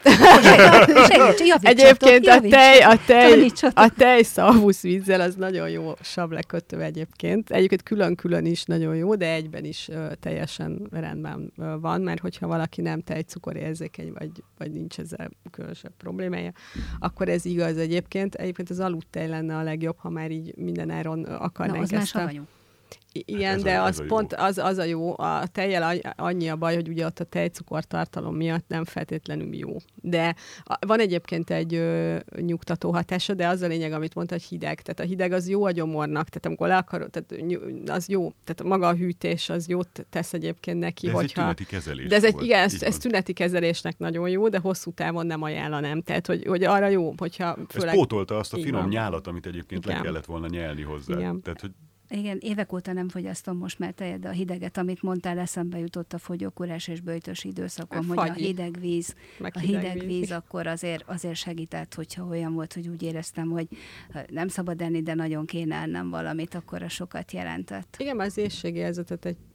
Segíts, egyébként a tej, a tej, a tej szalvusz vízzel az nagyon jó sablekötő egyébként. Egyébként külön-külön is nagyon jó, de egyben is uh, teljesen rendben uh, van, mert hogyha valaki nem tejcukorérzékeny, vagy, vagy nincs ezzel különösebb problémája, akkor ez igaz egyébként. Egyébként az aludtej lenne a legjobb, ha már így minden áron akarnánk Na, az ezt már a... savanyú. Igen, hát de a, az a pont az, az a jó, a tejjel annyi a baj, hogy ugye ott a tejcukortartalom miatt nem feltétlenül jó. De van egyébként egy ö, nyugtató hatása, de az a lényeg, amit mondta, hogy hideg. Tehát a hideg az jó a gyomornak, tehát amikor le akarod, tehát az jó, tehát maga a hűtés az jót tesz egyébként neki, de ez hogyha... egy tüneti kezelés. De ez volt. egy, igen, ez, ez tüneti kezelésnek nagyon jó, de hosszú távon nem ajánlanám. Tehát, hogy, hogy arra jó, hogyha főleg... Ez pótolta azt a finom van. Nyálat, amit egyébként Igen. le kellett volna nyelni hozzá. Igen. Tehát, hogy Igen, évek óta nem fogyasztom most már tejet, de a hideget, amit mondtál, eszembe jutott a fogyókúrás és böjtösi időszakom, hogy a hideg víz, a hideg víz, víz akkor azért, azért segített, hogyha olyan volt, hogy úgy éreztem, hogy nem szabad enni, de nagyon kéne ennem valamit, akkor a sokat jelentett. Igen, az éhségérzetet egy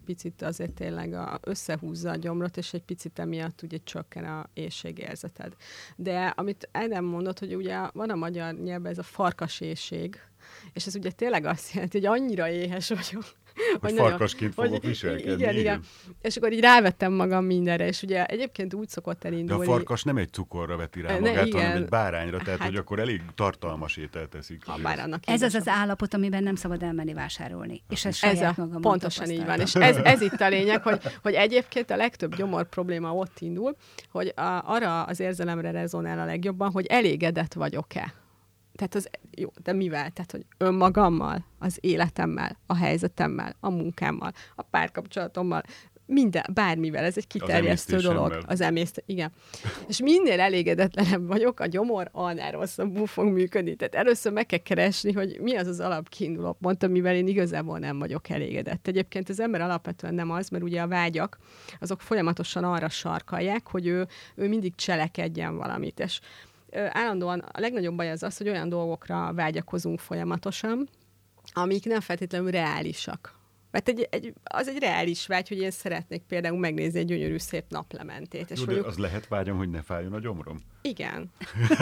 picit azért tényleg a, összehúzza a gyomrot, és egy picit emiatt ugye csökken a éhségérzeted. De amit Ádám mondott, hogy ugye van a magyar nyelvben ez a farkas éhség, és ez ugye tényleg azt jelenti, hogy annyira éhes vagyok, hogy farkasként fogok hogy, viselkedni. Igen, igen. És akkor így rávettem magam mindenre, és ugye egyébként úgy szokott elindulni. De a farkas nem egy cukorra veti rá magát, ne, hanem egy bárányra, tehát hát, hogy akkor elég tartalmas ételt eszik. Ez az az állapot, amiben nem szabad elmenni vásárolni. És ez, ez saját magam pontosan így van. És ez, ez itt a lényeg, hogy, hogy egyébként a legtöbb gyomor probléma ott indul, hogy a, arra az érzelemre rezonál a legjobban, hogy elégedett vagyok-e. Tehát az, jó, de mivel? Tehát, hogy önmagammal, az életemmel, a helyzetemmel, a munkámmal, a párkapcsolatommal, minden, bármivel, ez egy kiterjesztő dolog. Az emésztés, igen. És minél elégedetlenebb vagyok, a gyomor annál rosszabbul fog működni. Tehát először meg kell keresni, hogy mi az az alapkiinduló pont, amivel én igazából nem vagyok elégedett. Egyébként az ember alapvetően nem az, mert ugye a vágyak, azok folyamatosan arra sarkalják, hogy ő, ő mindig cselekedjen valamit. És állandóan a legnagyobb baj az az, hogy olyan dolgokra vágyakozunk folyamatosan, amik nem feltétlenül reálisak. Mert egy, egy, az egy reális vágy, hogy én szeretnék például megnézni egy gyönyörű szép naplementét. És Jó, mondjuk, de az lehet vágyam, hogy ne fájjon a gyomrom? Igen.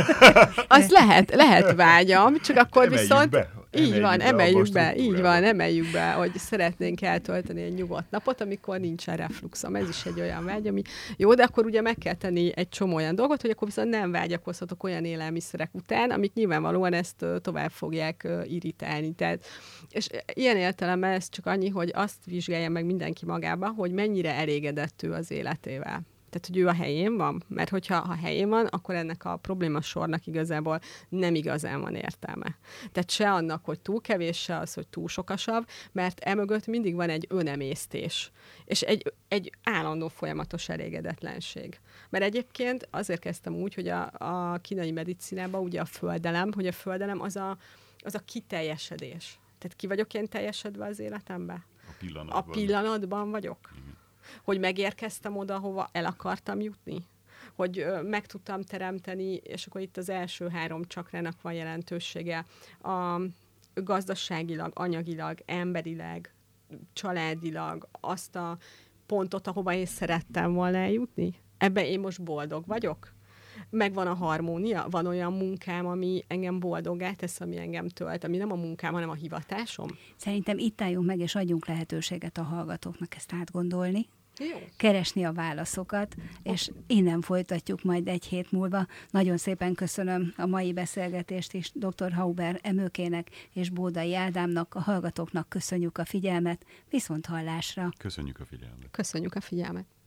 Az lehet, lehet vágyam, csak akkor emeljük viszont... Be. Így emeljük van, be emeljük be, így van, emeljük be, hogy szeretnénk eltölteni egy nyugodt napot, amikor nincsen refluxom. Ez is egy olyan vágy, ami jó, de akkor ugye meg kell tenni egy csomó olyan dolgot, hogy akkor viszont nem vágyakozhatok olyan élelmiszerek után, amik nyilvánvalóan ezt tovább fogják irritálni. Tehát, és ilyen értelemben ez csak annyi, hogy azt vizsgálja meg mindenki magába, hogy mennyire elégedett ő az életével. Tehát, hogy ő a helyén van, mert hogyha a helyén van, akkor ennek a probléma sornak igazából nem igazán van értelme. Tehát se annak, hogy túl kevés, se az, hogy túl sokasabb, mert emögött mindig van egy önemésztés, és egy, egy állandó folyamatos elégedetlenség. Mert egyébként azért kezdtem úgy, hogy a, a kínai medicinában ugye a földelem, hogy a földelem az a, az a kiteljesedés. Tehát ki vagyok én teljesedve az életemben? A pillanatban. A pillanatban vagyok. Igen. Hogy megérkeztem oda, hova el akartam jutni? Hogy ö, meg tudtam teremteni, és akkor itt az első három csakrának van jelentősége. A gazdaságilag, anyagilag, emberileg, családilag azt a pontot, ahova én szerettem volna eljutni. Ebben én most boldog vagyok? Megvan a harmónia? Van olyan munkám, ami engem boldoggá tesz, ami engem tölt, ami nem a munkám, hanem a hivatásom? Szerintem itt álljunk meg, és adjunk lehetőséget a hallgatóknak ezt átgondolni. Jó. Keresni a válaszokat, és innen folytatjuk majd egy hét múlva. Nagyon szépen köszönöm a mai beszélgetést is doktor Hauber Emőkének és Bódai Ádámnak, a hallgatóknak köszönjük a figyelmet, viszont hallásra. Köszönjük a figyelmet. Köszönjük a figyelmet.